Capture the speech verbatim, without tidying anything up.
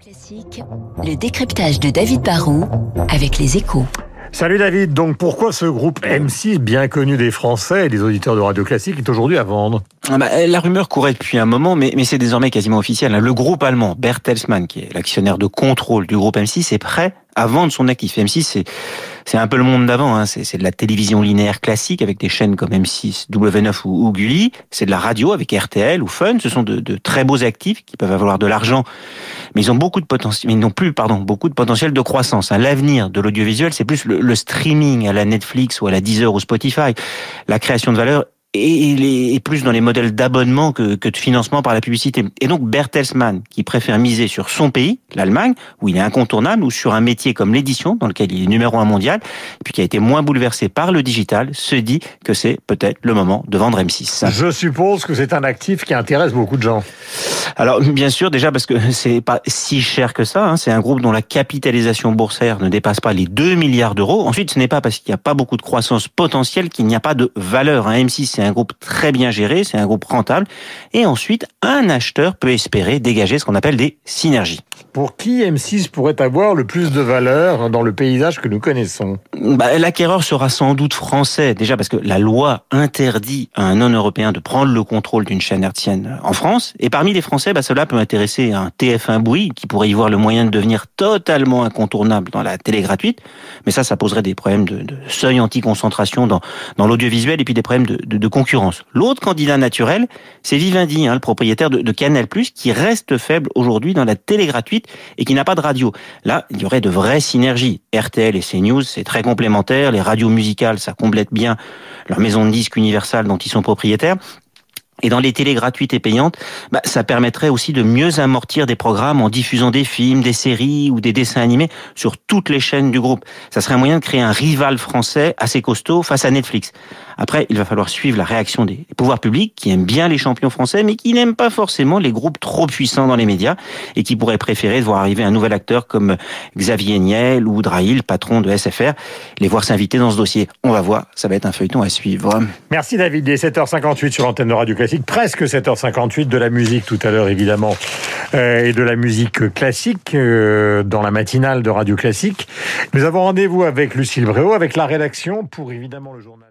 Classique, le décryptage de David Barrault avec les Échos. Salut David, donc pourquoi ce groupe M six, bien connu des Français et des auditeurs de Radio Classique, est aujourd'hui à vendre ? Ah bah, la rumeur courait depuis un moment, mais, mais c'est désormais quasiment officiel. Le groupe allemand Bertelsmann, qui est l'actionnaire de contrôle du groupe M six, est prêt à vendre son actif. M six, c'est, c'est un peu le monde d'avant. Hein. C'est, c'est de la télévision linéaire classique avec des chaînes comme M six, W neuf ou, ou Gulli. C'est de la radio avec R T L ou Fun. Ce sont de, de très beaux actifs qui peuvent avoir de l'argent, mais ils ont beaucoup de potentiel. Mais ils n'ont plus, pardon, beaucoup de potentiel de croissance. Hein. L'avenir de l'audiovisuel, c'est plus le, le streaming à la Netflix ou à la Deezer ou Spotify. La création de valeur et, les, et plus dans les modèles d'abonnement que, que de financement par la publicité. Et donc Bertelsmann, qui préfère miser sur son pays, l'Allemagne, où il est incontournable, ou sur un métier comme l'édition, dans lequel il est numéro un mondial, et puis qui a été moins bouleversé par le digital, se dit que c'est peut-être le moment de vendre M six. Je suppose que c'est un actif qui intéresse beaucoup de gens. Alors bien sûr, déjà parce que c'est pas si cher que ça, hein. C'est un groupe dont la capitalisation boursière ne dépasse pas les deux milliards d'euros. Ensuite, ce n'est pas parce qu'il n'y a pas beaucoup de croissance potentielle qu'il n'y a pas de valeur. Hein. M six, c'est un groupe très bien géré, c'est un groupe rentable. Et ensuite, un acheteur peut espérer dégager ce qu'on appelle des synergies. Pour qui M six pourrait avoir le plus de valeur dans le paysage que nous connaissons ? Bah, l'acquéreur sera sans doute français, déjà parce que la loi interdit à un non-européen de prendre le contrôle d'une chaîne hertzienne en France. Et parmi les Français, bah, cela peut intéresser un T F un Bouygues qui pourrait y voir le moyen de devenir totalement incontournable dans la télé gratuite. Mais ça, ça poserait des problèmes de, de seuil anti-concentration dans, dans l'audiovisuel et puis des problèmes de, de, de concurrence. L'autre candidat naturel, c'est Vivendi, hein, le propriétaire de, de Canal+, qui reste faible aujourd'hui dans la télé gratuite et qui n'a pas de radio. Là, il y aurait de vraies synergies. R T L et CNews, c'est très complémentaire. Les radios musicales, ça complète bien leur maison de disques Universal dont ils sont propriétaires. Et dans les télés gratuites et payantes, bah, ça permettrait aussi de mieux amortir des programmes en diffusant des films, des séries ou des dessins animés sur toutes les chaînes du groupe. Ça serait un moyen de créer un rival français assez costaud face à Netflix. Après, il va falloir suivre la réaction des pouvoirs publics qui aiment bien les champions français, mais qui n'aiment pas forcément les groupes trop puissants dans les médias et qui pourraient préférer de voir arriver un nouvel acteur comme Xavier Niel ou Drahi, patron de S F R, les voir s'inviter dans ce dossier. On va voir, ça va être un feuilleton à suivre. Merci David, il est sept heures cinquante-huit sur l'antenne de Radio Classique, presque sept heures cinquante-huit, de la musique tout à l'heure évidemment, euh, et de la musique classique euh, dans la matinale de Radio Classique. Nous avons rendez-vous avec Lucille Bréau, avec la rédaction pour évidemment le journal.